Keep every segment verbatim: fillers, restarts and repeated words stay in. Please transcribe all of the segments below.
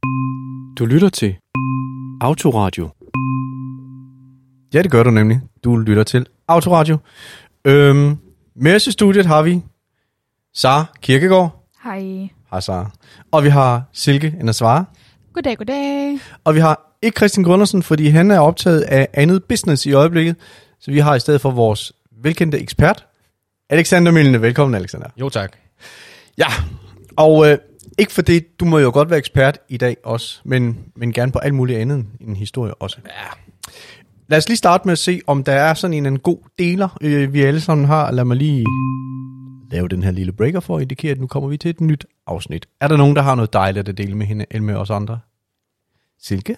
Du lytter til Autoradio. Ja, det gør du nemlig. Du lytter til Autoradio. Øhm, med os i studiet har vi Sara Kirkegaard. Hej. Hej Sara. Og vi har Silke Endersvare. Goddag, goddag. Og vi har ikke Christian Grundersen, fordi han er optaget af andet business i øjeblikket. Så vi har i stedet for vores velkendte ekspert, Alexander Milne. Velkommen, Alexander. Jo, tak. Ja, og øh, ikke for det, du må jo godt være ekspert i dag også, men, men gerne på alt muligt andet end en historie også. Ja. Lad os lige starte med at se, om der er sådan en, en god deler, øh, vi alle sammen har. Lad mig lige lave den her lille breaker for at indikere, at nu kommer vi til et nyt afsnit. Er der nogen, der har noget dejligt at dele med hende, eller med os andre? Silke?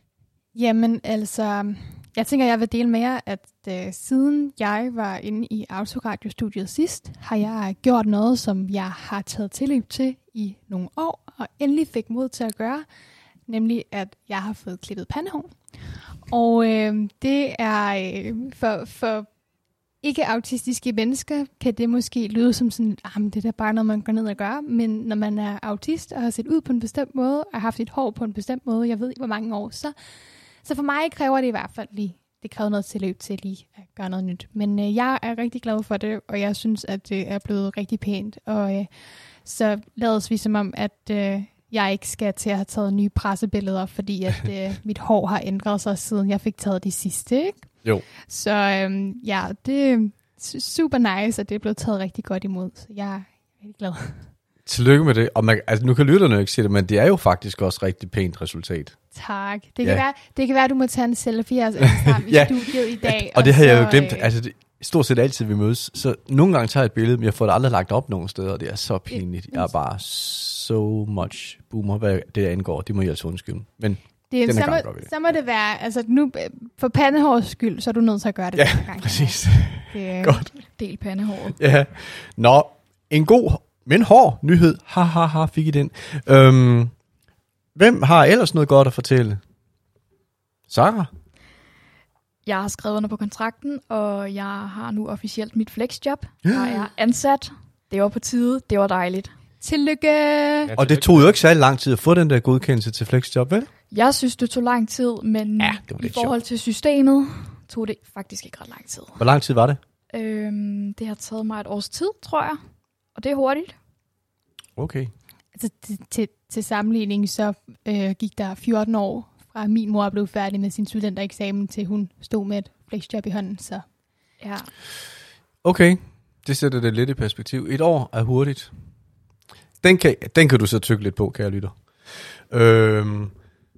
Jamen altså, jeg tænker, jeg vil dele med jer, at øh, siden jeg var inde i Autoradio-studiet sidst, har jeg gjort noget, som jeg har taget tilløb til i nogle år, og endelig fik mod til at gøre, nemlig at jeg har fået klippet pandehår. Og øh, det er øh, for, for ikke-autistiske mennesker, kan det måske lyde som sådan, ah, det er da bare noget, man går ned og gør, men når man er autist og har set ud på en bestemt måde, og har haft et hår på en bestemt måde, jeg ved ikke, hvor mange år, så, så for mig kræver det i hvert fald lige, det kræver noget tilløb til lige at gøre noget nyt. Men øh, jeg er rigtig glad for det, og jeg synes, at det er blevet rigtig pænt, og øh, så lades vi som om, at øh, jeg ikke skal til at have taget nye pressebilleder, fordi at øh, mit hår har ændret sig, siden jeg fik taget de sidste, ikke? Jo. Så øhm, ja, det er super nice, at det er blevet taget rigtig godt imod, så jeg er rigtig glad. Tillykke med det. Og man, altså, nu kan lytterne jo ikke sige det, men det er jo faktisk også rigtig pænt resultat. Tak. Det kan, ja. være, det kan være, at du må tage en selfie altså, sammen ja. i studiet i dag. Og, og det har så, jeg jo glemt. Øh, Altså, det, stort set altid vi mødes. Så nogle gange tager jeg et billede, men jeg får det aldrig lagt op nogen steder, og det er så pinligt. Jeg er bare so much boomer, hvad det angår. Det må jeg altså undskylde. Men det er, så, må, så må det være, altså nu for pandehårs skyld, så er du nødt til at gøre det. Ja, den gang, præcis. Det, Godt. Del pandehår. Ja. Nå, en god, men hård nyhed. Ha, ha, ha, fik I den. Øhm, hvem har ellers noget godt at fortælle? Sara? Jeg har skrevet under på kontrakten, og jeg har nu officielt mit flexjob. Jeg er ansat. Det var på tide. Det var dejligt. Tillykke! Ja, tillykke. Og det tog jo ikke særlig lang tid at få den der godkendelse til flexjob, vel? Jeg synes, det tog lang tid, men Ja, det var i lidt forhold sjovt. til systemet tog det faktisk ikke ret lang tid. Hvor lang tid var det? Øhm, det har taget mig et års tid, tror jeg. Og det er hurtigt. Okay. Altså til, til, til sammenligning, så øh, gik der fjorten år fra min mor blev færdig med sin studentereksamen, til hun stod med et flexjob i hånden, så Ja. Okay, det sætter det lidt i perspektiv. Et år er hurtigt. Den kan, den kan du så tykke lidt på, kære lytter. Øhm,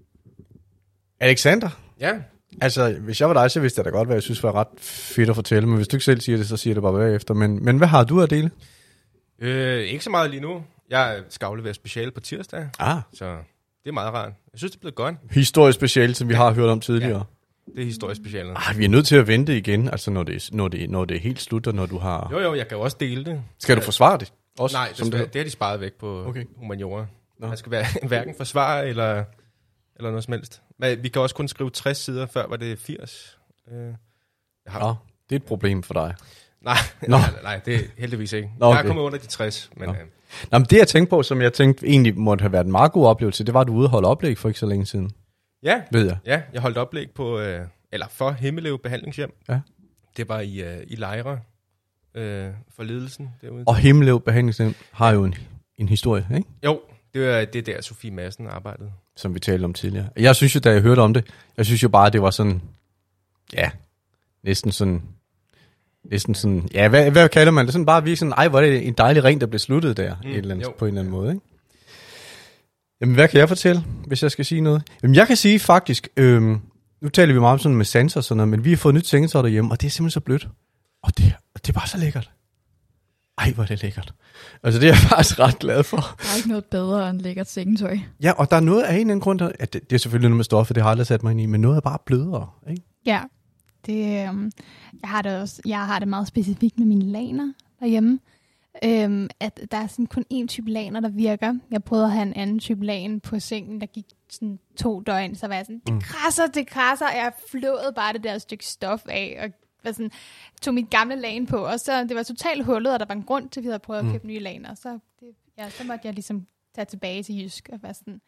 Alexander? Ja. Altså, hvis jeg var dig, så vidste jeg da godt, hvad jeg synes var ret fedt at fortælle, men hvis du ikke selv siger det, så siger det bare bagefter. Men, men hvad har du at dele? Øh, ikke så meget lige nu. Jeg skal aflevere speciale på tirsdag, Ah, så det er meget rart. Jeg synes, det er blevet godt. historisk speciale, som vi har hørt om tidligere. Det er historisk speciale. Ah, vi er nødt til at vente igen, altså når det, når det, når det er helt slut, og når du har... Jo, jo, jeg kan jo også dele det. Skal du forsvare det? Også, Nej, det, som skal, det, det har de sparet væk på Okay. humaniora. Nå. Man skal være, hverken forsvare eller, eller noget som helst. Men vi kan også kun skrive tres sider, før var det firs. Øh, jeg har, Nå, det er et problem for dig. nej, Nå. nej, nej, det er heldigvis ikke. Nå, okay. Jeg er kommet under de tres, men... Nå. Øh, Nå, men det jeg tænkte på, som jeg tænkte egentlig måtte have været en meget god oplevelse, det var, at du ude og holde oplæg for ikke så længe siden. ja, Ved jeg. ja, jeg holdt oplæg på, øh, eller for Himmelev Behandlingshjem. Ja. Det var i, øh, i Lejre øh, for ledelsen derude. Og Himmelev Behandlingsnævn har jo en, en historie, ikke? Jo, det er det der, Sofie Madsen arbejdede. Som vi talte om tidligere. Jeg synes jo, da jeg hørte om det, jeg synes jo bare, at det var sådan, ja, næsten sådan, næsten sådan, ja, hvad, hvad kalder man det? Sådan bare virkelig sådan, ej, hvor er det en dejlig ring, der blev sluttet der, mm, et eller andet, på en eller anden måde, ikke? Jamen, hvad kan jeg fortælle, hvis jeg skal sige noget? Jamen, jeg kan sige faktisk, øhm, nu taler vi meget om sådan med sanser og sådan noget, men vi har fået nyt sengetøj derhjemme, og det er simpelthen så blødt. Og det, og det er bare så lækkert. Ej, hvor er det lækkert. Altså, det er jeg faktisk ret glad for. Der er ikke noget bedre end lækkert sengetøj. Ja, og der er noget af en eller anden grund, der, at det, det er selvfølgelig noget med stoffer, det har jeg aldrig sat mig ind i, men noget er bare blødere, ikke? ja, det, øhm, jeg har det også, jeg har det meget specifikt med mine laner derhjemme. Øhm, at der er sådan kun én type laner, der virker. Jeg prøvede at have en anden type lagen på sengen, der gik sådan to døgn, så var jeg sådan, det krasser, det krasser, og jeg flåede bare det der stykke stof af, og var sådan, tog mit gamle lagen på, og så det var totalt hullet, og der var en grund til, at vi havde prøvet at købe nye laner, så, det, ja, så måtte jeg ligesom tage tilbage til Jysk, og være sådan,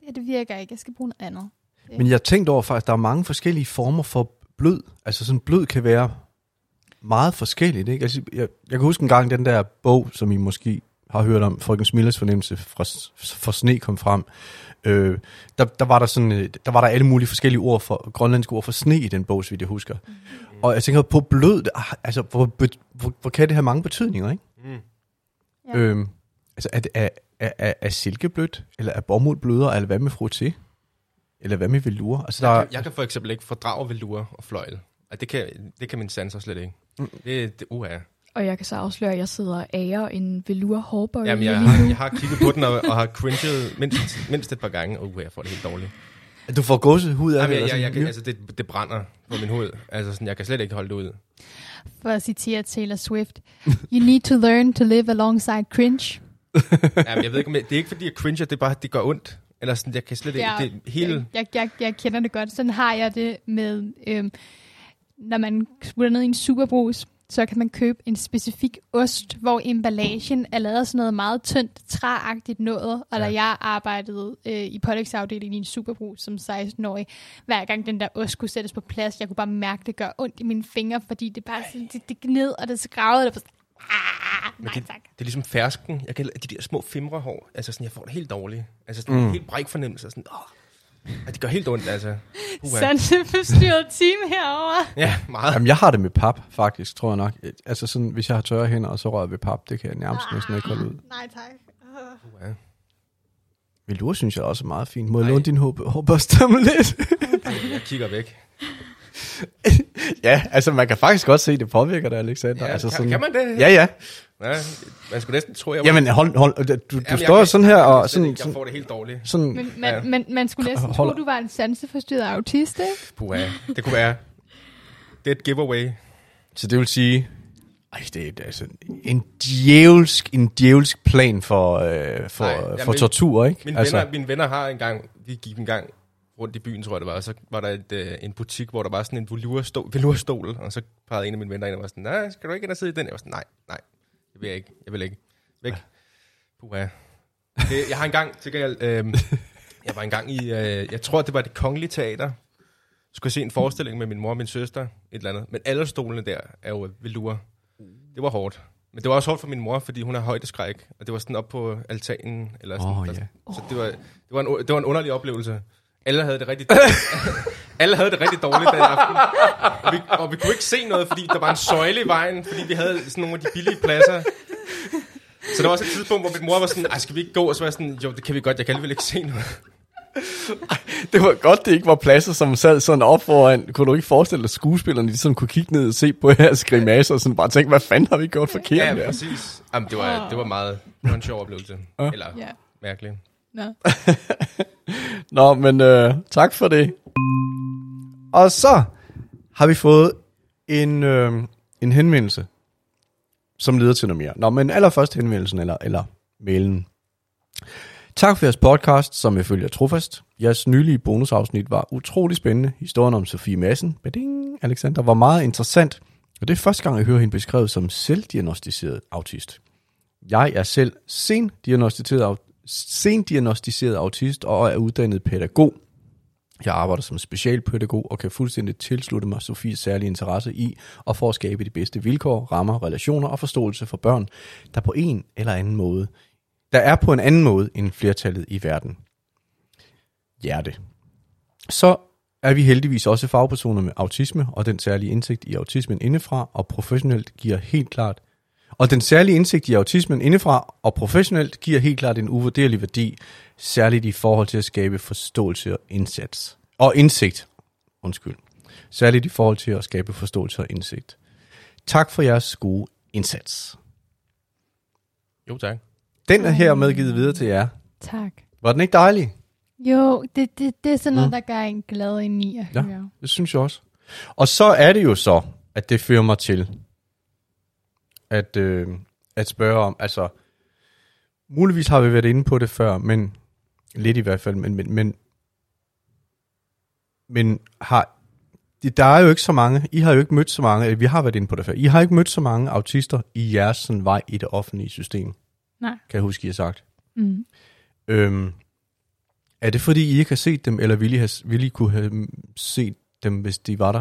ja, det virker ikke. Jeg skal bruge noget andet. Men jeg tænkte over faktisk, at der er mange forskellige former for blød. Altså sådan blød kan være meget forskelligt, ikke? Altså, jeg, jeg kan huske en gang, den der bog, som I måske har hørt om, Frøken Smilles fornemmelse fra, for sne kom frem. Øh, der, der, var der, sådan, der var der alle mulige forskellige ord for, grønlandske ord for sne i den bog, så vidt jeg husker. Mm. Og jeg tænker på blød, altså hvor, hvor, hvor kan det have mange betydninger, ikke? Mm. Ja. Øhm, altså er, det, er, er, er silke blødt, eller er bomuld blødere, eller hvad med frotté? Eller hvad med velour? Altså, jeg, der kan, jeg kan for eksempel ikke fordrage velour og fløjl. Det kan, det kan min sanser slet ikke. Mm. Det, det uha. Og jeg kan så afsløre, at jeg sidder og ærer en velour hårbøjle. Jamen, jeg, har, jeg har kigget på den og, og har cringet mindst, mindst et par gange, og uh, jeg får det helt dårligt. Du får gåsehud af Jamen, det? Jeg, jeg, jeg, jeg, altså, det, det brænder på min hud. Altså, sådan, jeg kan slet ikke holde det ud. For at citere Taylor Swift. You need to learn to live alongside cringe. Jamen, jeg ved ikke, om jeg, det er ikke fordi, jeg cringer, det er bare, det gør ondt. Eller sådan, jeg kan slet ikke, ja, det hele... Jeg, jeg, jeg kender det godt. Sådan har jeg det med, øhm, når man smutter ned i en Superbrus, så kan man købe en specifik ost, hvor emballagen er lavet af sådan noget meget tyndt, træagtigt noget. Og da ja. jeg arbejdede øh, i pålægsafdelingen i en Superbrus som seksten-årig, hver gang den der ost skulle sættes på plads, jeg kunne bare mærke, det gør ondt i mine fingre, fordi det bare sådan, det, det gned, og det skravede, og det ah, nej, det, tak. det er ligesom fersken. Jeg kan, de der små fimrehår, altså sådan, jeg får det helt dårligt. Altså sådan mm. en helt bræk fornemmelse. Sådan, åh. Og det gør helt ondt, altså. Sanseforstyrret team herovre. Ja, meget. Jamen, jeg har det med pap, faktisk, tror jeg nok. Altså sådan, hvis jeg har tørre hænder, og så rører ved pap, det kan jeg nærmest ah, næsten ikke holde ud. Nej, tak. Uh. Uh. Velour synes jeg også er meget fint. Må jeg låne din hårbørste om lidt? Jeg kigger væk. Ja, altså man kan faktisk godt se, at det påvirker dig, Alexander. Ja, altså, kan, sådan, kan man det? Ja, ja. Ja, man skulle næsten tro, jeg var... Jamen, hold, hold, du, du Jamen, står kan, sådan her og... Jeg, sådan, jeg sådan, får det helt dårligt. Sådan, men man, ja. man, man skulle næsten hold, tro, du var en sanseforstyrret autist, ikke? Puh, ja. Det kunne være... Det er et giveaway. Så det vil sige... Ej, det er altså en djævelsk, en djævelsk plan for, øh, for, Nej, for jamen, tortur, ikke? Mine, altså. venner, mine venner har engang... Vi gik en gang rundt i byen, tror jeg det var, og så var der et, øh, en butik, hvor der var sådan en velourstol, velourstol, og så pegede en af mine venner ind og var sådan, nej, skal du ikke ind og sidde i den? Jeg var sådan, nej, nej, det vil jeg ikke, jeg vil ikke. Væk. Ja. Puha. Det, jeg har engang, til gengæld, øh, jeg var engang i, øh, jeg tror, det var Det Kongelige Teater, skulle se en forestilling med min mor og min søster, et eller andet, men alle stolene der er jo velour. Det var hårdt. Men det var også hårdt for min mor, fordi hun har højdeskræk, og det var sådan op på altanen, eller sådan. Oh, yeah. Så det var, det, var en, det var en underlig oplevelse. Alle havde det rigtig dårligt. Alle havde det rigtig dårligt den aften. Og vi, og vi kunne ikke se noget, fordi der var en søjle i vejen, fordi vi havde sådan nogle af de billige pladser. Så der var også et tidspunkt, hvor min mor var sådan, ej, skal vi ikke gå? Og så var jeg sådan, jo, det kan vi godt, jeg kan alligevel ikke se noget. Ej, det var godt, det ikke var pladser, som sad sådan op foran. Kunne du ikke forestille dig, at skuespillerne de sådan kunne kigge ned og se på jeres grimaser, og sådan bare tænke, hvad fanden har vi gjort forkert? Ja, der? præcis. Jamen, det var, det var meget, det var en sjov oplevelse. Ja. Eller ja. Mærkelig. Nå. Nå, men øh, tak for det. Og så har vi fået en, øh, en henvendelse, som leder til noget mere. Nå, men allerførst henvendelsen, eller, eller mailen. Tak for jeres podcast, som jeg følger trofast. Jeres nylige bonusafsnit var utrolig spændende. Historien om Sofie Madsen, bading, Alexander, var meget interessant. Og det er første gang, jeg hører hende beskrevet som selvdiagnostiseret autist. Jeg er selv sendiagnostiseret, sendiagnostiseret autist og er uddannet pædagog. Jeg arbejder som specialpædagog og kan fuldstændig tilslutte mig Sofies særlige interesse i og for at skabe de bedste vilkår, rammer, relationer og forståelse for børn, der på en eller anden måde Der er på en anden måde end flertallet i verden. Hjerte. Så er vi heldigvis også fagpersoner med autisme og den særlige indsigt i autismen indefra og professionelt giver helt klart og den særlige indsigt i autismen indefra og professionelt giver helt klart en uvurderlig værdi, særligt i forhold til at skabe forståelse og indsats. Og indsigt. Undskyld. Særligt i forhold til at skabe forståelse og indsigt. Tak for jeres gode indsats. Jo, tak. Den er hermed givet videre til jer. Tak. Var den ikke dejlig? Jo, det, det, det er sådan noget, mm. der gør en glad ind i at ja, høre. Det synes jeg også. Og så er det jo så, at det fører mig til at, øh, at spørge om, altså muligvis har vi været inde på det før, men lidt i hvert fald, men, men, men, men har, der er jo ikke så mange, I har jo ikke mødt så mange, vi har været inde på det før, I har ikke mødt så mange autister i jeres sådan, vej i det offentlige system. Nej. Kan jeg huske, I har sagt. Mm. Øhm, Er det fordi, I ikke har set dem, eller ville I, have, ville I kunne have set dem, hvis de var der?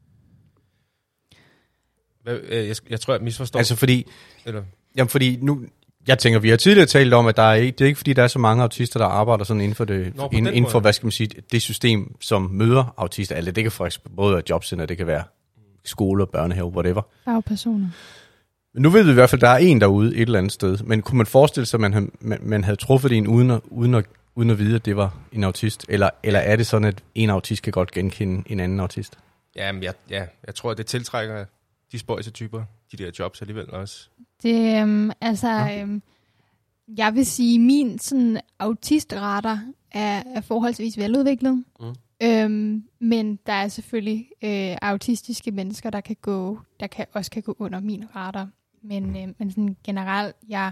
Hvad, øh, jeg, jeg tror, jeg misforstår. Altså fordi, Eller? jamen fordi nu, jeg tænker, vi har tidligere talt om, at der er ikke, det er ikke fordi, der er så mange autister, der arbejder sådan inden for, det, Nå, inden, inden for hvad skal man sige, det system, som møder autister. Altså det kan faktisk både være jobcenter, det kan være skole, børnehave, whatever. Fagpersoner. Men nu ved vi i hvert fald, at der er en derude et eller andet sted. Men kunne man forestille sig, at man havde, man, man havde truffet en uden at, uden, at, uden at vide, at det var en autist? Eller, eller er det sådan, at en autist kan godt genkende en anden autist? Jamen, jeg, ja, jeg tror, at det tiltrækker de spøjse typer, de der jobs alligevel også. Det, øhm, altså, ja. øhm, jeg vil sige, min sådan autistradar er, er forholdsvis veludviklet. Mm. Øhm, men der er selvfølgelig øh, autistiske mennesker, der kan gå, der kan også kan gå under min radar. Men, øh, men sådan generelt, jeg,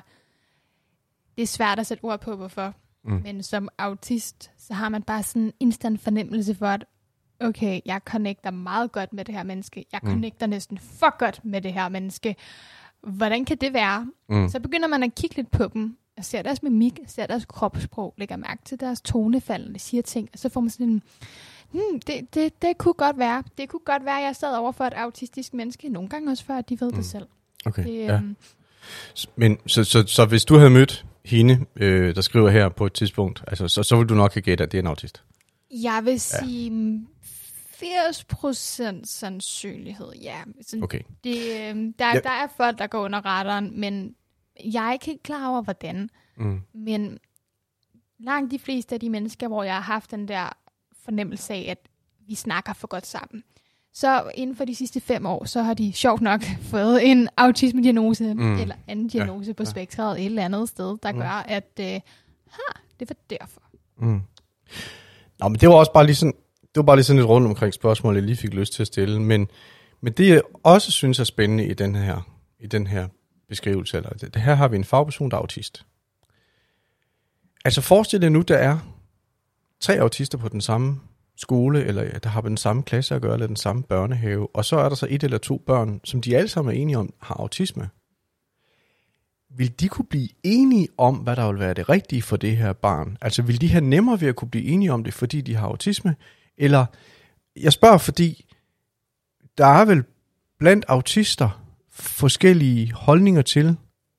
det er svært at sætte ord på, hvorfor. Mm. Men som autist, så har man bare sådan en instant fornemmelse for, at okay, jeg connecter meget godt med det her menneske. Jeg mm. connecter næsten for godt med det her menneske. Hvordan kan det være? Mm. Så begynder man at kigge lidt på dem, og ser deres mimik, ser deres kropssprog, lægger mærke til deres tonefald, de siger ting, og så får man sådan en, hmm, det, det, det kunne godt være. Det kunne godt være, at jeg sad over for et autistisk menneske, nogle gange også før, at de ved mm. det selv. Okay, det, ja. øhm, Men så, så, så hvis du havde mødt hende, øh, der skriver her på et tidspunkt, altså, så, så ville du nok have gættet, at det er en autist? Jeg vil sige firs procent sandsynlighed, ja. Sådan, okay. Det, øh, der, ja. der er folk, der går under radaren, men jeg er ikke helt klar over, hvordan. Mm. Men langt de fleste af de mennesker, hvor jeg har haft den der fornemmelse af, at vi snakker for godt sammen, så inden for de sidste fem år, så har de sjovt nok fået en autisme-diagnose, mm. eller anden diagnose ja. på spektret et eller andet sted, der mm. gør, at øh, ha, det var derfor. Mm. Nå, men det var også bare lige sådan, det var bare lige sådan et rundt omkring spørgsmål, jeg lige fik lyst til at stille, men, men det jeg også synes er spændende i den her, i den her beskrivelse, eller det, det her har vi en fagperson, der er autist. Altså forestil dig nu, der er tre autister på den samme skole, eller der har den samme klasse at gøre, eller den samme børnehave, og så er der så et eller to børn, som de alle sammen er enige om, har autisme. Vil de kunne blive enige om, hvad der vil være det rigtige for det her barn? Altså vil de have nemmere ved at kunne blive enige om det, fordi de har autisme? Eller, jeg spørger, fordi der er vel blandt autister forskellige holdninger til,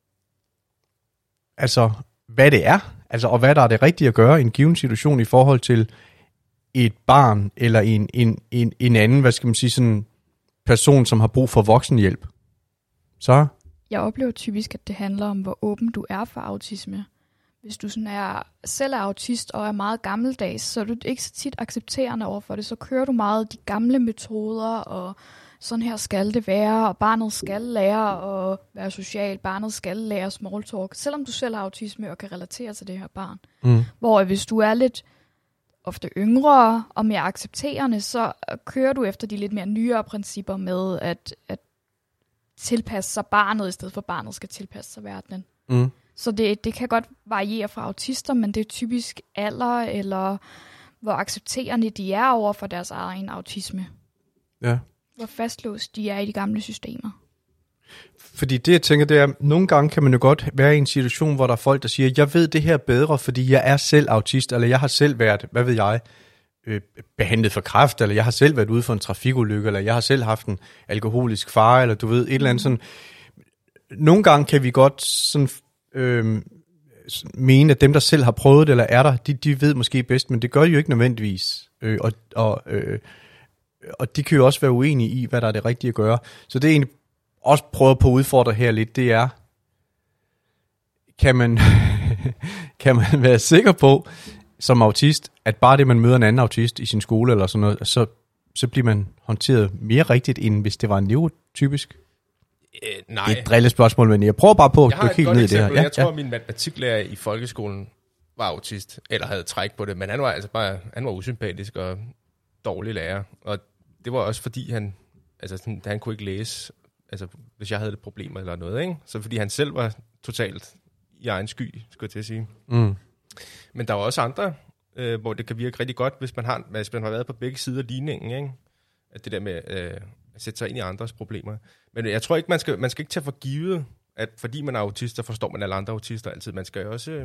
altså hvad det er, altså og hvad der er det rigtige at gøre i en given situation i forhold til et barn, eller en, en, en, en anden, hvad skal man sige, sådan person, som har brug for voksenhjælp. Så? Jeg oplever typisk, at det handler om, hvor åben du er for autisme. Hvis du sådan er, selv er autist og er meget gammeldags, så er du ikke så tit accepterende over for det. Så kører du meget de gamle metoder, og sådan her skal det være, og barnet skal lære at være social, barnet skal lære small talk, selvom du selv har autisme og kan relatere til det her barn. Mm. Hvor hvis du er lidt ofte yngre og mere accepterende, så kører du efter de lidt mere nyere principper med at, at tilpasse sig barnet, i stedet for barnet skal tilpasse sig verdenen. Mm. Så det, det kan godt variere fra autister, men det er typisk alder, eller hvor accepterende de er over for deres egen autisme. Ja. Hvor fastlåst de er i de gamle systemer. Fordi det, jeg tænker, det er, nogle gange kan man jo godt være i en situation, hvor der er folk, der siger, jeg ved det her bedre, fordi jeg er selv autist, eller jeg har selv været, hvad ved jeg, øh, behandlet for kræft, eller jeg har selv været ude for en trafikulykke, eller jeg har selv haft en alkoholisk far, eller du ved, et eller andet sådan. Nogle gange kan vi godt sådan, øh, mene, at dem, der selv har prøvet det, eller er der, de, de ved måske bedst, men det gør de jo ikke nødvendigvis. Øh, og, og, øh, og de kan jo også være uenige i, hvad der er det rigtige at gøre. Så det er egentlig også prøver på at udfordre her lidt, det er, kan man, kan man være sikker på, som autist, at bare det, man møder en anden autist i sin skole, eller sådan noget, så, så bliver man håndteret mere rigtigt, end hvis det var en neurotypisk? Øh, nej. Det er et drillespørgsmål, men jeg prøver bare på at gå helt ned i det her. Ja, jeg tror, ja. Min matematiklærer i folkeskolen var autist, eller havde træk på det, men han var altså bare, han var usympatisk og dårlig lærer, og det var også fordi, han, altså sådan, han kunne ikke læse, altså hvis jeg havde et problem eller noget, ikke? Så fordi han selv var totalt i egen sky, skulle jeg til at sige. Mm. Men der var også andre, øh, hvor det kan virke rigtig godt, hvis man har, hvis man har været på begge sider af ligningen, ikke? At det der med øh, at sætte sig ind i andres problemer. Men jeg tror ikke, man skal, man skal ikke tage for givet, at fordi man er autist, så forstår man alle andre autister altid. Man skal jo også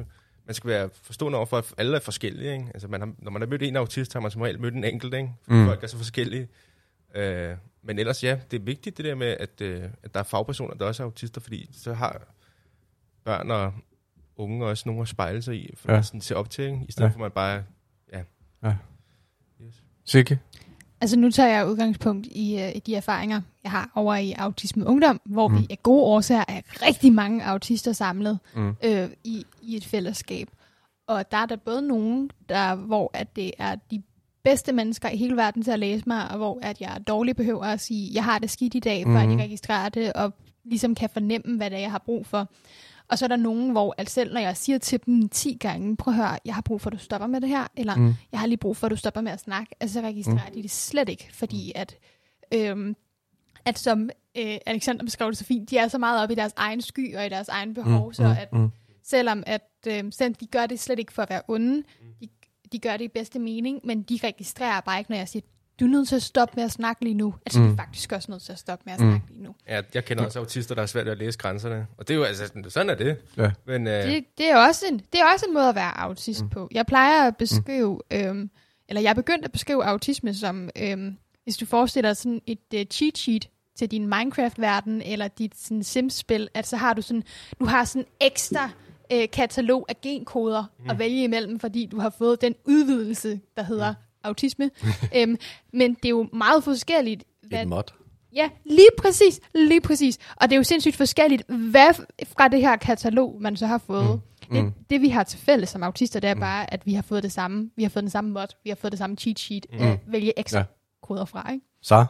man skal være forstående over for, at alle er forskellige. Ikke? Altså, man har, når man har mødt en autist, har man som regel mødt en enkelt, ikke? Mm. Folk er så forskellige. Øh, men ellers ja, det er vigtigt det der med, at, øh, at der er fagpersoner, der også er autister, fordi så har børn og unge også nogen at spejle sig i, for ja. at sådan se op til, ikke? I stedet ja. for man bare, ja. ja. Yes. Sikke? Altså nu tager jeg udgangspunkt i, uh, i de erfaringer, jeg har over i Autisme Ungdom, hvor mm. vi af gode årsager er rigtig mange autister samlet mm. øh, i, i et fællesskab. Og der er der både nogen, der, hvor at det er de bedste mennesker i hele verden til at læse mig, og hvor at jeg dårligt behøver at sige, jeg har det skidt i dag, for mm. at de registrerer det, og ligesom kan fornemme, hvad det er, jeg har brug for. Og så er der nogen, hvor at selv når jeg siger til dem ti gange, prøv at høre, jeg har brug for, at du stopper med det her, eller mm. jeg har lige brug for, at du stopper med at snakke, altså så registrerer mm. de det slet ikke, fordi at, øhm, at som øh, Alexander beskrev det så fint, de er så meget oppe i deres egen sky og i deres egen behov, mm. så at mm. selvom at øh, selv de gør det slet ikke for at være onde, de, de gør det i bedste mening, men de registrerer bare ikke, når jeg siger, du er nødt til at stoppe med at snakke lige nu. Altså, mm. vi er faktisk også nødt til at stoppe med at snakke mm. lige nu. Ja, jeg kender også autister, der er svært ved at læse grænserne. Og det er jo altså, sådan er det. Ja. Men, øh... det, det, er også en, det er også en måde at være autist mm. på. Jeg plejer at beskrive, mm. øhm, eller jeg er begyndt at beskrive autisme som, øhm, hvis du forestiller dig sådan et uh, cheat sheet til din Minecraft-verden, eller dit sådan, Sims-spil, at så har du sådan, du har sådan ekstra øh, katalog af genkoder mm. at vælge imellem, fordi du har fået den udvidelse, der hedder mm. autisme. øhm, men det er jo meget forskelligt. Hvad... Et mod. Ja, lige præcis, lige præcis. Og det er jo sindssygt forskelligt, hvad fra det her katalog, man så har fået. Mm. Det, det vi har til fælles som autister, det er mm. bare, at vi har fået det samme. Vi har fået den samme mod, vi har fået det samme cheat sheet. Mm. Øh, vælge ekstra ja. koder fra, ikke? Så?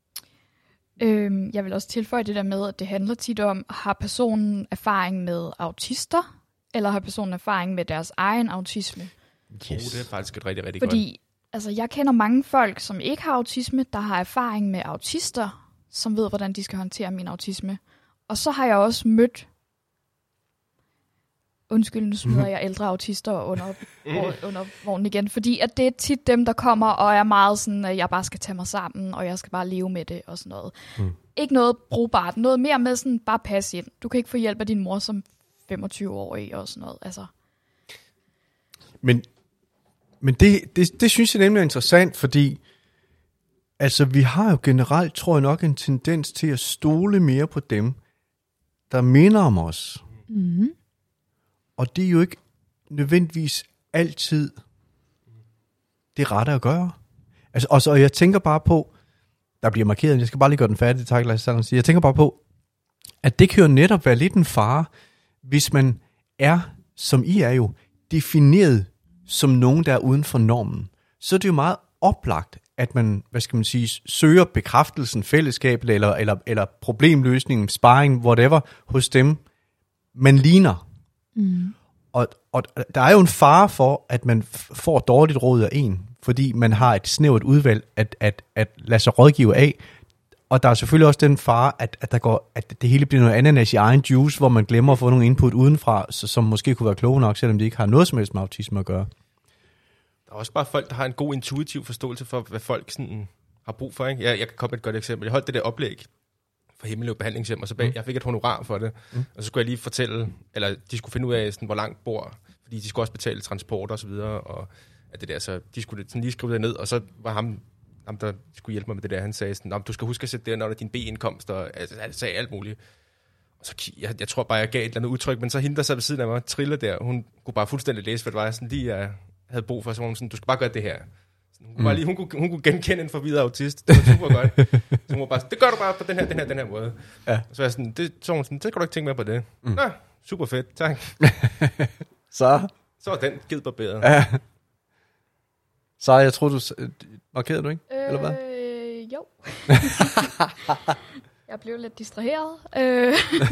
Øhm, jeg vil også tilføje det der med, at det handler tit om, har personen erfaring med autister, eller har personen erfaring med deres egen autisme? Yes. Oh, det er faktisk et rigtig, rigtig Fordi, godt. altså, jeg kender mange folk, som ikke har autisme, der har erfaring med autister, som ved, hvordan de skal håndtere min autisme. Og så har jeg også mødt, undskyld, nu smider mm-hmm. jeg ældre autister under, under vognen igen, fordi at det er tit dem, der kommer og er meget sådan, at jeg bare skal tage mig sammen, og jeg skal bare leve med det og sådan noget. Mm. Ikke noget brugbart, noget mere med sådan, bare passe ind. Du kan ikke få hjælp af din mor som femogtyve-årig og sådan noget. Altså. Men, men det, det, det synes jeg nemlig er interessant, fordi altså, vi har jo generelt, tror jeg nok, en tendens til at stole mere på dem, der minder om os. Mm-hmm. Og det er jo ikke nødvendigvis altid det rette at gøre. Altså, og så og jeg tænker bare på, der bliver markeret, jeg skal bare lige gøre den færdig, tak, lad os sige. Jeg tænker bare på, at det kan jo netop være lidt en fare, hvis man er, som I er jo, defineret som nogen, der er uden for normen. Så er det jo meget oplagt, at man, hvad skal man sige, søger bekræftelsen, fællesskabet, eller, eller, eller problemløsningen, sparring, whatever, hos dem, man ligner. Mm. Og, og der er jo en fare for, at man f- får dårligt råd af en, fordi man har et snævert udvalg at, at, at lade sig rådgive af. Og der er selvfølgelig også den fare, at, at, der går, at det hele bliver noget ananas i egen juice, hvor man glemmer at få nogle input udenfra, så, som måske kunne være kloge nok, selvom de ikke har noget som helst med autisme at gøre. Der er også bare folk, der har en god intuitiv forståelse for, hvad folk sådan har brug for. Ikke? Jeg, jeg kan komme med et godt eksempel. Jeg holdt det der oplæg for Himmeløv Behandlingshjem, og så bag, mm. jeg fik et honorar for det. Mm. Og så skulle jeg lige fortælle, eller de skulle finde ud af, sådan, hvor langt bor, fordi de skulle også betale transport og så videre, og at det der, så de skulle sådan lige skrive det ned, og så var ham, ham der skulle hjælpe mig med det der, han sagde sådan, du skal huske at sætte det under din B-indkomst, og altså, han sagde alt muligt. Og så, jeg, jeg tror bare, jeg gav et eller andet udtryk, men så hende, der sad ved siden af mig, Trille der, hun kunne bare fuldstændig læse, hvad det var, sådan lige jeg havde brug for, så var hun sådan, du skal bare gøre det her. Hun kunne, mm. bare lige, hun, kunne, hun kunne genkende en forvirret autist. Det var super godt. Så hun var bare, det gør du bare på den her, den her, den her måde. Ja. Og så var jeg sådan, det, så hun sådan, det kan du ikke tænke mere på det. Mm. Nå, super fedt, tak. så? Så var den givet barberet. Ja. Så jeg tror du markerede du ikke? Øh, eller hvad? Jo. Jeg blev lidt distraheret. Øh.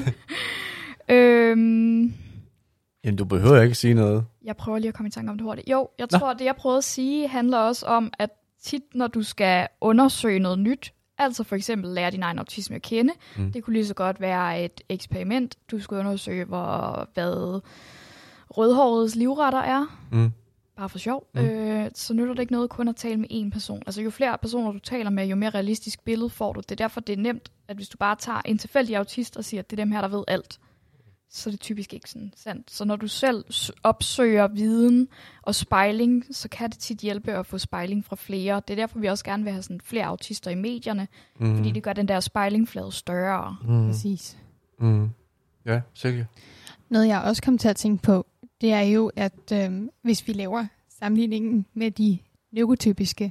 øhm. Jamen, du behøver ikke sige noget. Jeg prøver lige at komme i tanke om det hurtigt. Jo, jeg tror, Nå. det jeg prøvede at sige, handler også om, at tit, når du skal undersøge noget nyt, altså for eksempel lære din egen autisme at kende, mm. det kunne lige så godt være et eksperiment. Du skal undersøge, hvor, hvad rødhårets livretter er. Mm. Bare for sjov. Mm. Øh, så nytter det ikke noget kun at tale med én person. Altså jo flere personer du taler med, jo mere realistisk billede får du. Det er derfor, det er nemt, at hvis du bare tager en tilfældig autist og siger, at det er dem her, der ved alt, så er det typisk ikke sådan sandt. Så når du selv opsøger viden og spejling, så kan det tit hjælpe at få spejling fra flere. Det er derfor, vi også gerne vil have sådan flere autister i medierne, mm. fordi det gør den der spejlingflade større. Mm. Præcis. Mm. Ja, sikkert. Noget, jeg også kom til at tænke på, det er jo, at øh, hvis vi laver sammenligningen med de neurotypiske,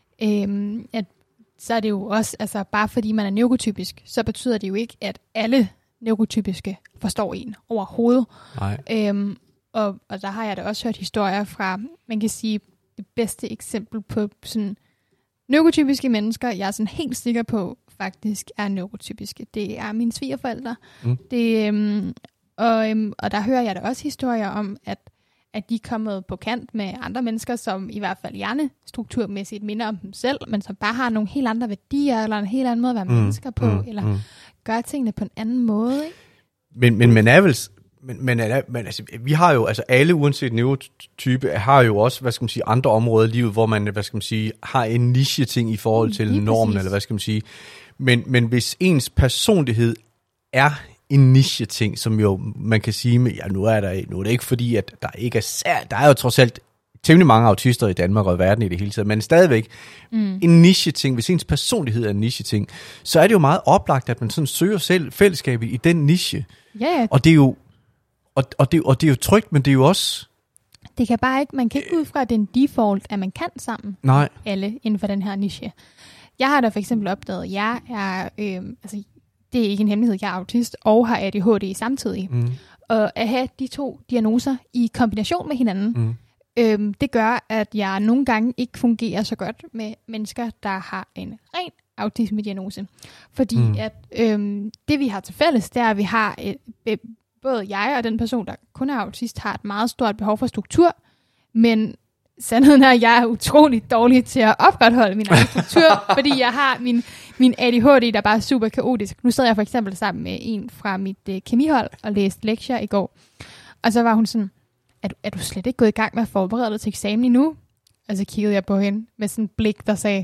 øh, at så er det jo også, altså bare fordi man er neurotypisk, så betyder det jo ikke, at alle neurotypiske forstår en overhovedet. Nej. Øhm, og, og der har jeg da også hørt historier fra, man kan sige, det bedste eksempel på sådan neurotypiske mennesker, jeg er sådan helt sikker på, faktisk er neurotypiske. Det er mine svigerforældre. Mm. Det, øhm, og, øhm, og der hører jeg da også historier om, at, at de er kommet på kant med andre mennesker, som i hvert fald hjernestrukturmæssigt minder om dem selv, men som bare har nogle helt andre værdier, eller en helt anden måde at være mm. mennesker på, mm. eller mm. gøre tingene på en anden måde, ikke? Men, men man er vel... Men, men, men altså, vi har jo, altså alle uanset neurotype, har jo også, hvad skal man sige, andre områder i livet, hvor man, hvad skal man sige, har en niche-ting i forhold til Lige normen, præcis. Eller hvad skal man sige. Men, men hvis ens personlighed er en niche-ting, som jo, man kan sige, med, ja, nu er, der, nu er det ikke fordi, at der ikke er sær, der er jo trods alt temmelig mange autister i Danmark og i verden i det hele taget, men stadigvæk mm. en niche-ting, hvis ens personlighed er en niche-ting, så er det jo meget oplagt, at man sådan søger selv fællesskabet i den niche. Yeah. Og det er jo Og, og, det, og det er jo trygt, men det er jo også... Det kan bare ikke, man kan ikke ud fra den default, at man kan sammen. Nej. Alle inden for den her niche. Jeg har da for eksempel opdaget, at jeg er, øh, altså det er ikke en hemmelighed, jeg er autist og har A D H D samtidig. Mm. Og at have de to diagnoser i kombination med hinanden, mm. øh, det gør, at jeg nogle gange ikke fungerer så godt med mennesker, der har en ren autisme-diagnose. Fordi mm. at øh, det vi har til fælles, det er, at vi har et... et både jeg og den person, der kun er autist, har et meget stort behov for struktur, men sandheden er, at jeg er utrolig dårlig til at opretholde min egen struktur, fordi jeg har min, min A D H D, der bare er super kaotisk. Nu sad jeg for eksempel sammen med en fra mit øh, kemihold og læste lektier i går, og så var hun sådan, er du, er du slet ikke gået i gang med at forberede dig til eksamen endnu? Og så kiggede jeg på hende med sådan et blik, der sagde,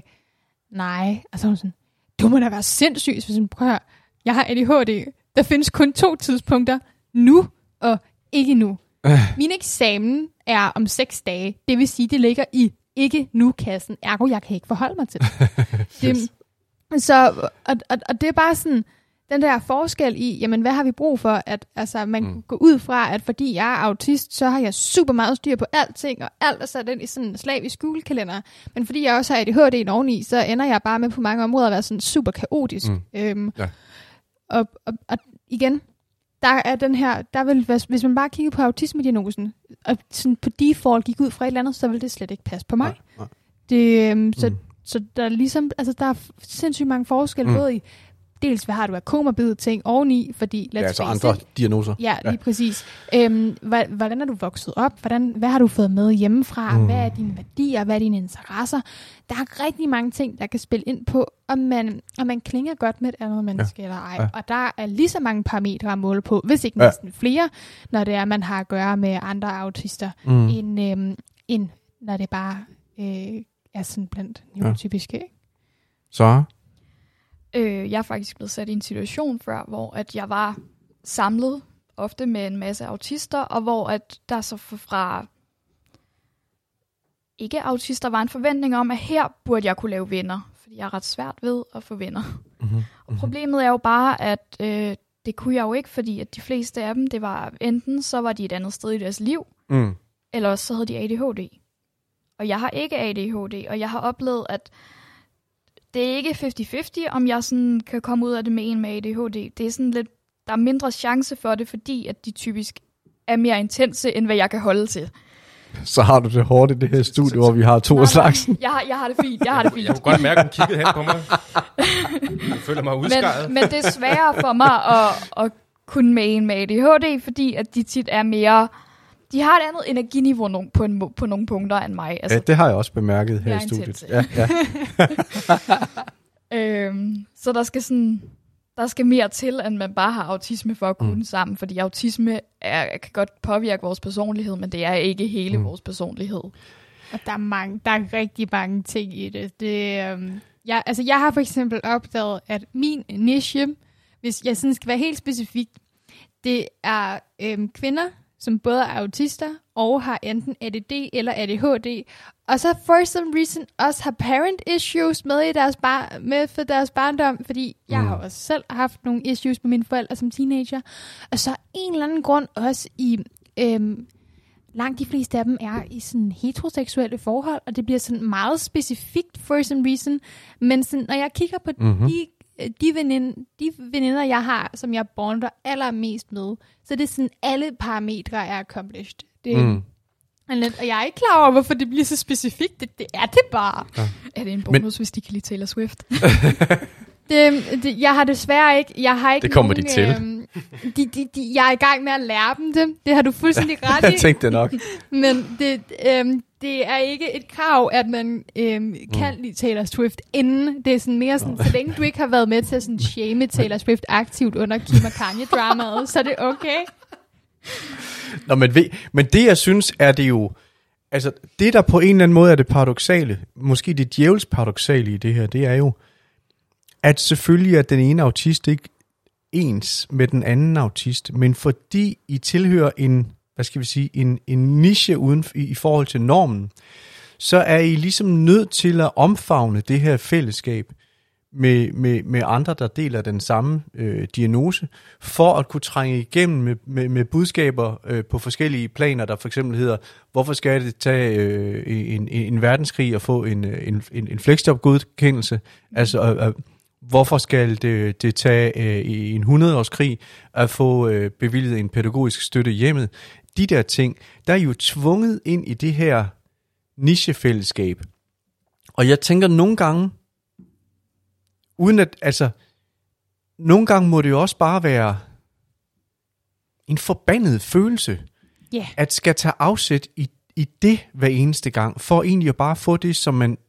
nej. Og så var hun sådan, du må da være sindssyg, hvis hun prøver, jeg har A D H D, der findes kun to tidspunkter, nu og ikke nu. Øh. Min eksamen er om seks dage. Det vil sige, det ligger i ikke nu-kassen. Ergo, jeg kan ikke forholde mig til det. det så, og, og, og det er bare sådan, den der forskel i, jamen, hvad har vi brug for? At altså, man mm. går ud fra, at fordi jeg er autist, så har jeg super meget styr på alting, og alt er sat ind i sådan en slavisk skolekalender. Men fordi jeg også har A D H D oveni, så ender jeg bare med på mange områder at være sådan super kaotisk. Mm. Øhm, ja. og, og, og igen, der er den her, der vil, hvis man bare kigger på autisme-diagnosen, og sådan på default gik ud fra et eller andet, så vil det slet ikke passe på mig. Nej, nej. Det, øhm, så, mm. så der er ligesom, altså der er sindssygt mange forskelle, mm. både i, dels hvad har du af komorbide ting oveni, fordi... Ja, altså andre it. diagnoser. Ja, lige ja. præcis. Øhm, hvordan er du vokset op? Hvordan, hvad har du fået med hjemmefra? Mm. Hvad er dine værdier? Hvad er dine interesser? Der er rigtig mange ting, der kan spille ind på, om man, om man klinger godt med et andet menneske ja. eller ej. Ja. Og der er lige så mange parametre at måle på, hvis ikke næsten ja. flere, når det er, man har at gøre med andre autister, mm. end, øhm, end når det bare øh, er sådan blandt neurotypiske. Ja. Så... Øh, jeg er faktisk blevet sat i en situation før, hvor at jeg var samlet ofte med en masse autister, og hvor at der så fra ikke-autister var en forventning om, at her burde jeg kunne lave venner, fordi jeg er ret svært ved at få venner. Mm-hmm. Og problemet er jo bare, at øh, det kunne jeg jo ikke, fordi at de fleste af dem, det var enten så var de et andet sted i deres liv, mm. eller også så havde de A D H D. Og jeg har ikke A D H D, og jeg har oplevet, at det er ikke halvtreds halvtreds, om jeg sådan kan komme ud af det med en med A D H D. Det er sådan lidt, der er mindre chance for det, fordi at de typisk er mere intense, end hvad jeg kan holde til. Så har du det hårdt i det her studie, hvor vi har to af slagsen. Jeg har, jeg har det fint, jeg har det fint. Jeg kunne godt mærke, at hun kiggede hen på mig. Jeg føler mig udskaret. Men, men det er sværere for mig at, at kunne med en med A D H D, fordi at de tit er mere... De har et andet energiniveau på, en, på nogle punkter end mig. Altså, ja, det har jeg også bemærket her i studiet. Ja, ja. øhm, så der skal sådan, der skal mere til, end man bare har autisme for at kunne mm. sammen. Fordi autisme er, kan godt påvirke vores personlighed, men det er ikke hele mm. vores personlighed. Og der er, mange, der er rigtig mange ting i det. det øhm, jeg, altså, jeg har for eksempel opdaget, at min niche, hvis jeg sådan skal være helt specifik, det er øhm, kvinder, som både er autister og har enten A D D eller A D H D, og så for some reason også har parent issues med, i deres bar- med for deres barndom, fordi jeg Mm. har også selv haft nogle issues med mine forældre som teenager, og så en eller anden grund også i, øhm, langt de fleste af dem er i sådan heteroseksuelle forhold, og det bliver sådan meget specifikt for some reason, men sådan, når jeg kigger på Mhm. de De, veninde, de veninder, jeg har, som jeg bonder allermest med, så det er sådan, alle parametre er accomplished. Det, Mm. og jeg er ikke klar over, hvorfor det bliver så specifikt. Det, det er det bare. Ja. Er det en bonus, Men... hvis de kan lide Taylor Swift? Det, det, jeg har desværre ikke... Jeg har ikke Det kommer nogen, de til. Øhm, de, de, de, jeg er i gang med at lære dem det. Det har du fuldstændig ret i. Jeg tænkte det nok. Men det, øhm, det er ikke et krav, at man øhm, kan lide Taylor Swift inden. Det er sådan mere sådan, så længe du ikke har været med til at sådan shame Taylor Swift aktivt under Kim og Kanye-dramaet, så er det okay. Nå, men, ved, men det, jeg synes, er det jo... Altså, det, der på en eller anden måde er det paradoksale, måske det djævels paradoksale i det her, det er jo, at selvfølgelig er den ene autist ikke ens med den anden autist, men fordi I tilhører en, hvad skal vi sige, en, en niche uden i, i forhold til normen, så er I ligesom nødt til at omfavne det her fællesskab med, med, med andre, der deler den samme øh, diagnose, for at kunne trænge igennem med, med, med budskaber øh, på forskellige planer, der for eksempel hedder, hvorfor skal det tage øh, en, en verdenskrig og få en, en, en, en flexjob-godkendelse? Altså, øh, øh, hvorfor skal det, det tage øh, i en hundrede-årskrig at få øh, bevilget en pædagogisk støtte i hjemmet? De der ting, der er jo tvunget ind i det her nichefællesskab. Og jeg tænker nogle gange, uden at, altså, nogle gange må det jo også bare være en forbandet følelse, Yeah. at skal tage afsæt i, i det hver eneste gang, for egentlig at bare få det, som man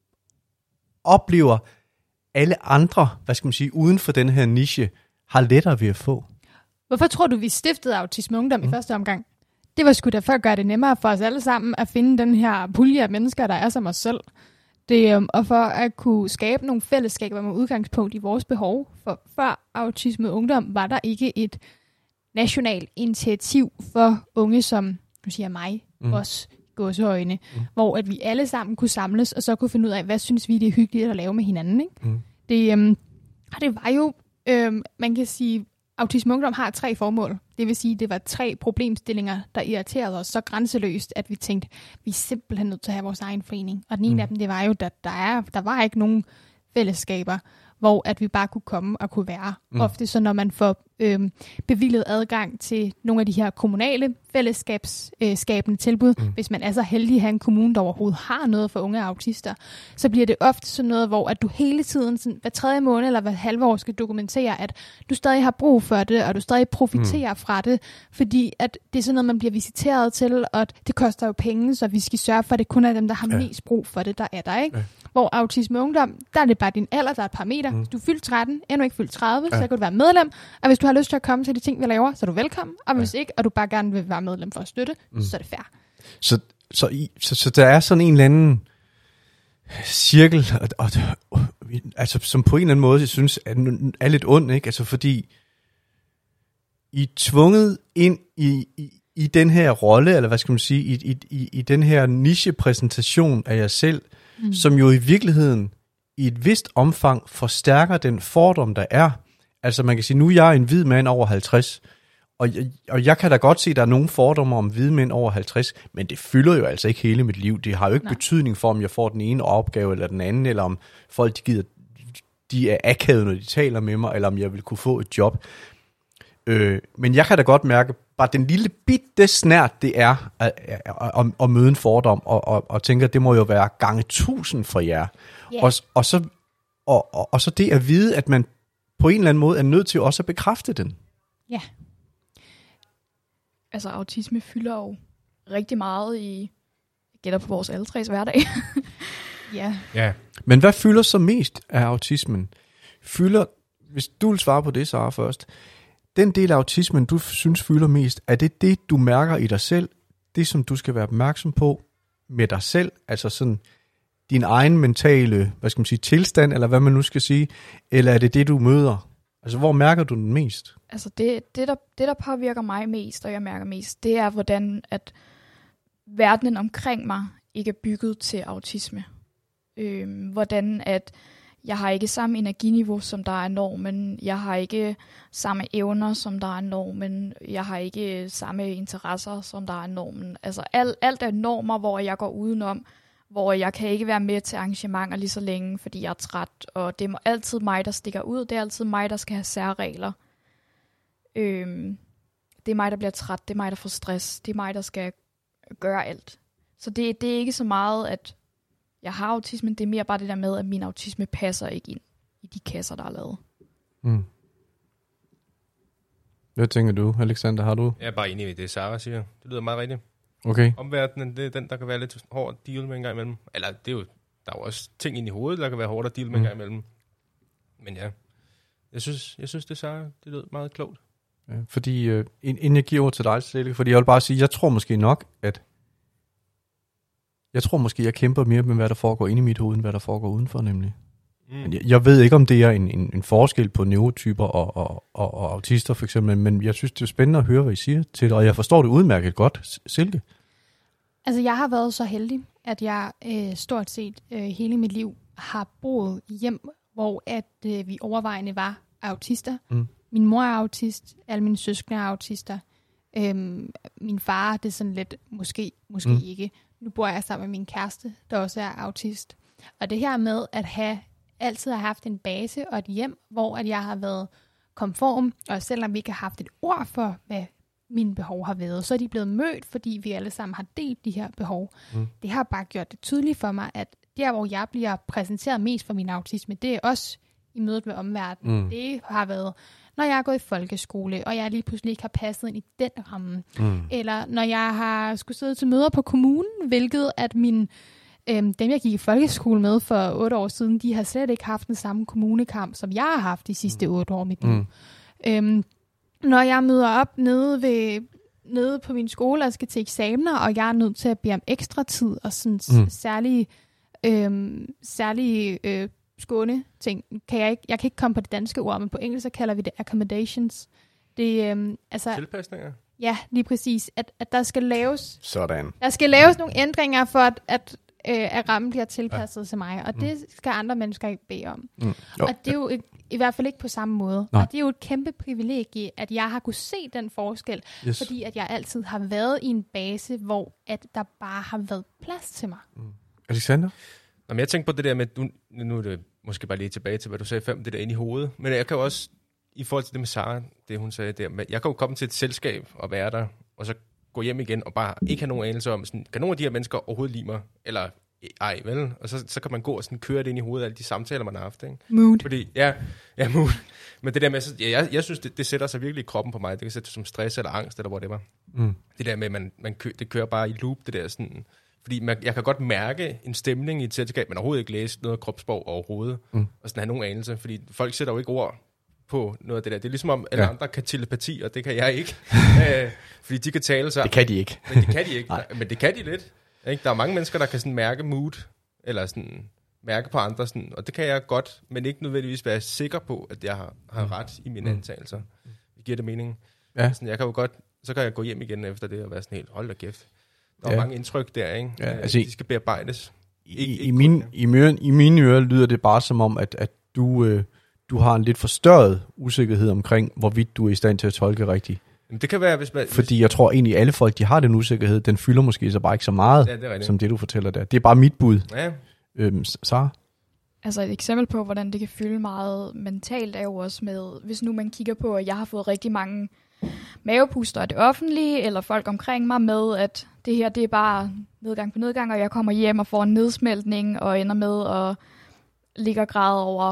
oplever alle andre, hvad skal man sige, uden for den her niche, har lettere ved at få. Hvorfor tror du, vi stiftede Autisme Ungdom mm. i første omgang? Det var sgu da for at gøre det nemmere for os alle sammen at finde den her pulje af mennesker, der er som os selv. Det, um, og for at kunne skabe nogle fællesskaber med udgangspunkt i vores behov. For før Autisme Ungdom var der ikke et nationalt initiativ for unge som, nu siger jeg mig, mm. os gåseøjne, mm. hvor at vi alle sammen kunne samles, og så kunne finde ud af, hvad synes vi, det er hyggeligt at lave med hinanden. Ikke? Mm. Det, um, og det var jo, um, man kan sige, Autisme Ungdom har tre formål. Det vil sige, det var tre problemstillinger, der irriterede os så grænseløst, at vi tænkte, vi er simpelthen nødt til at have vores egen forening. Og den ene mm. af dem, det var jo, at der, er, der var ikke nogen fællesskaber, hvor at vi bare kunne komme og kunne være. Mm. Ofte så når man får øhm, bevilget adgang til nogle af de her kommunale fællesskabsskabende øh, tilbud, mm. hvis man er så heldig at have en kommune, der overhovedet har noget for unge autister, så bliver det ofte sådan noget, hvor at du hele tiden, sådan, hver tredje måned eller hver halve år, skal dokumentere, at du stadig har brug for det, og du stadig profiterer mm. fra det, fordi at det er sådan noget, man bliver visiteret til, og det koster jo penge, så vi skal sørge for, at det kun er dem, der har ja. mest brug for det, der er der, ikke? Ja. Hvor Autisme Ungdom, der er det bare din alder, der er et parameter. Mm. Hvis du er fyldt tretten, endnu ikke fyldt tredive, ja. så kan du være medlem. Og hvis du har lyst til at komme til de ting, vi laver, så er du velkommen. Og hvis ja. ikke, og du bare gerne vil være medlem for at støtte, mm. så er det fair. Så, så, i, så, så der er sådan en eller anden cirkel, og, og, og, altså, som på en eller anden måde, jeg synes, er, er lidt ond, ikke? Altså fordi I er tvunget ind i, i, i den her rolle, eller hvad skal man sige, i, i, i den her niche-præsentation af jer selv, mm. som jo i virkeligheden i et vist omfang forstærker den fordom, der er. Altså man kan sige, nu er jeg en hvid mand over halvtreds, og jeg, og jeg kan da godt se, at der er nogle fordomme om hvide mænd over halvtreds, men det fylder jo altså ikke hele mit liv. Det har jo ikke Nej. betydning for, om jeg får den ene opgave eller den anden, eller om folk de gider, de er akavet, når de taler med mig, eller om jeg vil kunne få et job. Øh, men jeg kan da godt mærke, bare den lille bitte snært, det er at, at, at, at møde en fordom, og, og, og tænker, det må jo være gange tusind for jer. Yeah. Og, og, så, og, og, og så det at vide, at man på en eller anden måde er nødt til også at bekræfte den. Ja. Yeah. Altså, autisme fylder jo rigtig meget i, jeg gætter på vores alle tres hverdag. Ja. Ja. Men hvad fylder så mest af autismen? Fylder, hvis du vil svare på det, Sara, først. Den del af autismen, du synes fylder mest, er det det, du mærker i dig selv? Det, som du skal være opmærksom på med dig selv? Altså sådan din egen mentale, hvad skal man sige, tilstand, eller hvad man nu skal sige? Eller er det det, du møder Altså, hvor mærker du den mest? Altså det, det, der, det, der påvirker mig mest, og jeg mærker mest, det er, hvordan at verdenen omkring mig ikke er bygget til autisme. Øhm, hvordan at jeg har ikke samme energiniveau, som der er normen. Jeg har ikke samme evner, som der er normen. Jeg har ikke samme interesser, som der er normen. Altså alt, alt er normer, hvor jeg går udenom, hvor jeg kan ikke være med til arrangementer lige så længe, fordi jeg er træt. Og det er altid mig, der stikker ud. Det er altid mig, der skal have særregler. Øhm, det er mig, der bliver træt. Det er mig, der får stress. Det er mig, der skal gøre alt. Så det, det er ikke så meget, at jeg har autisme. Det er mere bare det der med, at min autisme passer ikke ind i de kasser, der er lavet. Mm. Hvad tænker du, Alexander? Har du? Jeg er bare enig i det, Sarah siger. Det lyder meget rigtigt. Okay. Omverdenen, det er den, der kan være lidt hård at deal med en gang imellem. Eller det er jo, der er jo også ting ind i hovedet, der kan være hårdt at deal med mm. en gang imellem. Men ja, jeg synes, jeg synes det, Sarah, det lyder meget klogt. Ja, fordi, øh, inden jeg giver ord til dig, Silke, fordi jeg vil bare sige, jeg tror måske nok, at jeg tror måske, jeg kæmper mere med, hvad der foregår inde i mit hoved, end hvad der foregår udenfor, nemlig. Mm. Men jeg, jeg ved ikke, om det er en, en, en forskel på neurotyper og, og, og, og autister, for eksempel, men jeg synes, det er spændende at høre, hvad I siger til det, og jeg forstår det udmærket godt. Silke? Altså, jeg har været så heldig, at jeg øh, stort set øh, hele mit liv har boet hjem, hvor at øh, vi overvejende var autister. Mm. Min mor er autist, alle mine søskende er autister. Øhm, min far, det er sådan lidt, måske, måske mm. ikke. Nu bor jeg sammen med min kæreste, der også er autist. Og det her med at have altid har haft en base og et hjem, hvor at jeg har været konform, og selvom vi ikke har haft et ord for, hvad mine behov har været, så er de blevet mødt, fordi vi alle sammen har delt de her behov. Mm. Det har bare gjort det tydeligt for mig, at der, hvor jeg bliver præsenteret mest for min autisme, det er også i mødet med omverdenen. Mm. Det har været, når jeg er gået i folkeskole, og jeg lige pludselig ikke har passet ind i den ramme. Mm. Eller når jeg har skulle sidde til møder på kommunen, hvilket at min, øhm, dem, jeg gik i folkeskole med for otte år siden, de har slet ikke haft den samme kommunekamp, som jeg har haft de sidste mm. otte år af mit liv. Mm. Øhm, når jeg møder op nede, ved, nede på min skole og skal til eksamener, og jeg er nødt til at bede om ekstra tid, og sådan mm. særlige, øhm, særlige øh, skåne ting, kan jeg ikke, jeg kan ikke komme på det danske ord, men på engelsk så kalder vi det accommodations. Det, øhm, altså, tilpasninger? Ja, lige præcis. At, at der skal laves sådan. Der skal laves nogle ændringer for, at, at, øh, at rammen bliver tilpasset ja. til mig, og mm. det skal andre mennesker ikke bede om. Mm. Og det er jo et, i hvert fald ikke på samme måde. Nej. Og det er jo et kæmpe privilegie, at jeg har kunne se den forskel, yes. fordi at jeg altid har været i en base, hvor at der bare har været plads til mig. Mm. Alexander? Jamen, jeg tænkte på det der med, du, nu er det måske bare lige tilbage til, hvad du sagde fem, det der inde i hovedet. Men jeg kan jo også, i forhold til det med Sarah, det hun sagde der, jeg kan jo komme til et selskab og være der, og så gå hjem igen og bare ikke have nogen anelse om, sådan, kan nogle af de her mennesker overhovedet lide mig? Eller ej, vel? Og så, så kan man gå og sådan køre det ind i hovedet, alle de samtaler, man har haft. Ikke? Mood. Fordi, ja, ja, mood. Men det der med, ja, jeg, jeg synes, det, det sætter sig virkelig i kroppen på mig. Det kan sætte som stress eller angst, eller hvor det var. Mm. Det der med, man, man kø, det kører bare i loop, det der sådan. Fordi man, jeg kan godt mærke en stemning i et selskab, men overhovedet ikke læse noget af kropssprog overhovedet. Mm. Og sådan have nogen anelse. Fordi folk sætter jo ikke ord på noget af det der. Det er ligesom om, alle ja. andre kan telepati, og det kan jeg ikke. Æh, fordi de kan tale sig. Det kan de ikke. Men det kan de ikke. Men det kan de lidt. Ikke? Der er mange mennesker, der kan sådan mærke mood, eller sådan mærke på andre, sådan, og det kan jeg godt, men ikke nødvendigvis være sikker på, at jeg har, har ret i mine mm. antagelser. Det giver det mening. Ja. Sådan, jeg kan jo godt, så kan jeg gå hjem igen efter det og være sådan helt, hold da kæft. Der er ja. mange indtryk der, ikke? Ja, altså, de skal bearbejdes. I, ikke, i, ikke min, i, mine, I mine ører lyder det bare som om, at, at du, øh, du har en lidt forstørret usikkerhed omkring, hvorvidt du er i stand til at tolke rigtigt. Men det kan være, hvis man... Fordi hvis... jeg tror egentlig, alle folk, de har den usikkerhed, den fylder måske så bare ikke så meget, ja, det som det, du fortæller der. Det er bare mit bud. Ja. Øhm, Sarah? Altså et eksempel på, hvordan det kan fylde meget mentalt, er jo også med, hvis nu man kigger på, at jeg har fået rigtig mange mavepuster af det offentlige, eller folk omkring mig med, at det her, det er bare nedgang på nedgang, og jeg kommer hjem og får en nedsmeltning, og ender med at ligge og græde over,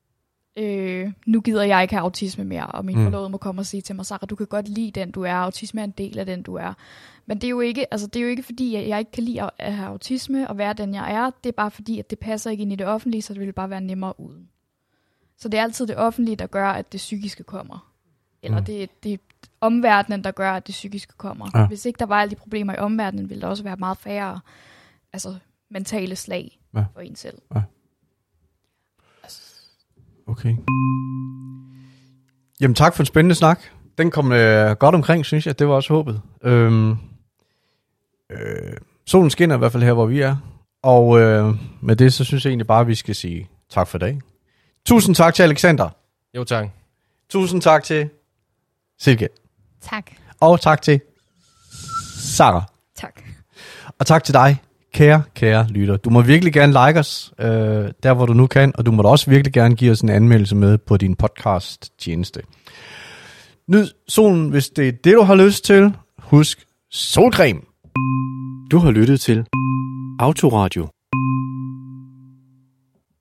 øh, nu gider jeg ikke have autisme mere, og min mm. forlovede må komme og sige til mig, Sarah, du kan godt lide den, du er, autisme er en del af den, du er. Men det er jo ikke, altså det er jo ikke fordi, at jeg ikke kan lide at have autisme, og være den, jeg er, det er bare fordi, at det passer ikke ind i det offentlige, så det vil bare være nemmere uden. Så det er altid det offentlige, der gør, at det psykiske kommer. Eller mm. det, det er omverdenen, der gør, at det psykiske kommer. Ja. Hvis ikke der var alle de problemer i omverdenen, ville der også være meget færre altså, mentale slag ja. for en selv. Ja. Okay. Jamen tak for en spændende snak. Den kom øh, godt omkring, synes jeg. Det var også håbet. Øhm, øh, solen skinner i hvert fald her, hvor vi er. Og øh, med det, så synes jeg egentlig bare, at vi skal sige tak for i dag. Tusind tak til Alexander. Jo, tak. Tusind tak til Silke. Tak. Og tak til Sarah. Tak. Og tak til dig, kære, kære lytter. Du må virkelig gerne like os, øh, der hvor du nu kan, og du må da også virkelig gerne give os en anmeldelse med på din podcast-tjeneste. Nyd solen, hvis det er det, du har lyst til. Husk solcreme. Du har lyttet til Autoradio.